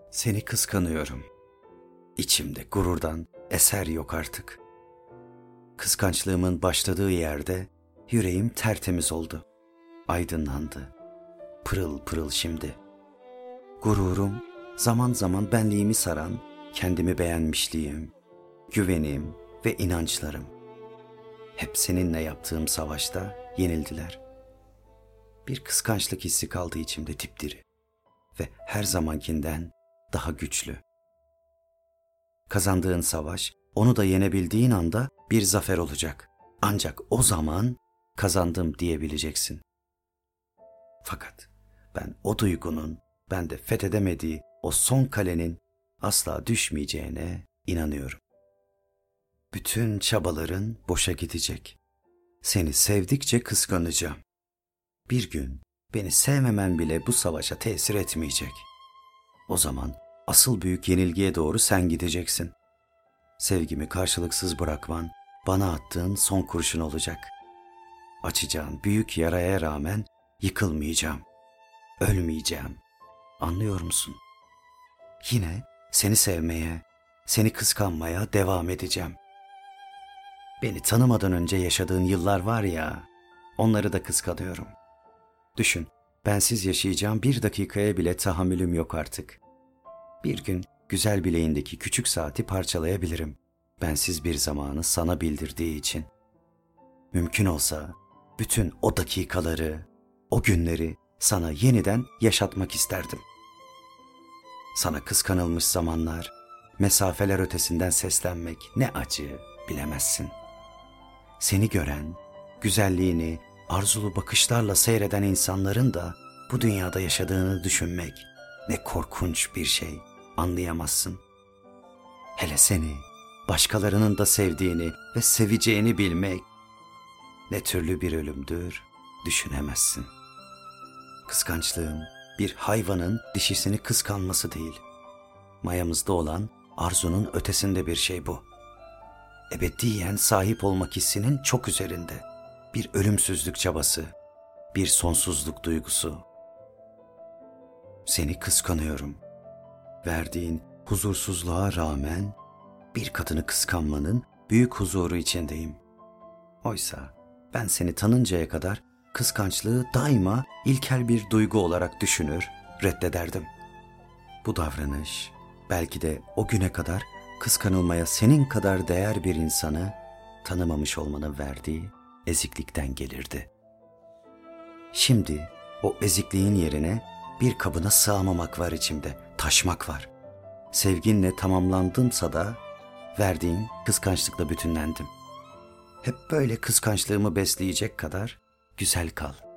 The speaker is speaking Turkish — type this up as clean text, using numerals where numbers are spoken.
Seni kıskanıyorum. İçimde gururdan eser yok artık. Kıskançlığımın başladığı yerde yüreğim tertemiz oldu. Aydınlandı. Pırıl pırıl şimdi. Gururum zaman zaman benliğimi saran kendimi beğenmişliğim, güvenim ve inançlarım. Hep seninle yaptığım savaşta yenildiler. Bir kıskançlık hissi kaldı içimde dipdiri ve her zamankinden daha güçlü. Kazandığın savaş, onu da yenebildiğin anda bir zafer olacak. Ancak o zaman kazandım diyebileceksin. Fakat ben o duygunun bende fethedemediği o son kalenin asla düşmeyeceğine inanıyorum. Bütün çabaların boşa gidecek. Seni sevdikçe kıskanacağım. Bir gün beni sevmemen bile bu savaşa tesir etmeyecek. O zaman asıl büyük yenilgiye doğru sen gideceksin. Sevgimi karşılıksız bırakman bana attığın son kurşun olacak. Açacağın büyük yaraya rağmen yıkılmayacağım. Ölmeyeceğim. Anlıyor musun? Yine seni sevmeye, seni kıskanmaya devam edeceğim. Beni tanımadan önce yaşadığın yıllar var ya, onları da kıskanıyorum. Düşün, bensiz yaşayacağım bir dakikaya bile tahammülüm yok artık. Bir gün güzel bileğindeki küçük saati parçalayabilirim. Bensiz bir zamanı sana bildirdiği için. Mümkün olsa bütün o dakikaları, o günleri sana yeniden yaşatmak isterdim. Sana kıskanılmış zamanlar, mesafeler ötesinden seslenmek ne acı bilemezsin. Seni gören, güzelliğini arzulu bakışlarla seyreden insanların da bu dünyada yaşadığını düşünmek ne korkunç bir şey, anlayamazsın. Hele seni, başkalarının da sevdiğini ve seveceğini bilmek ne türlü bir ölümdür düşünemezsin. Kıskançlığın bir hayvanın dişisini kıskanması değil. Mayamızda olan arzunun ötesinde bir şey bu. Ebediyen sahip olmak hissinin çok üzerinde. Bir ölümsüzlük çabası, bir sonsuzluk duygusu. Seni kıskanıyorum. Verdiğin huzursuzluğa rağmen bir kadını kıskanmanın büyük huzuru içindeyim. Oysa ben seni tanıncaya kadar kıskançlığı daima ilkel bir duygu olarak düşünür, reddederdim. Bu davranış belki de o güne kadar kıskanılmaya senin kadar değer bir insanı tanımamış olmanın verdiği eziklikten gelirdi. Şimdi o ezikliğin yerine bir kabına sığamamak var içimde, taşmak var. Sevginle tamamlandımsa da verdiğin kıskançlıkla bütünlendim. Hep böyle kıskançlığımı besleyecek kadar güzel kal.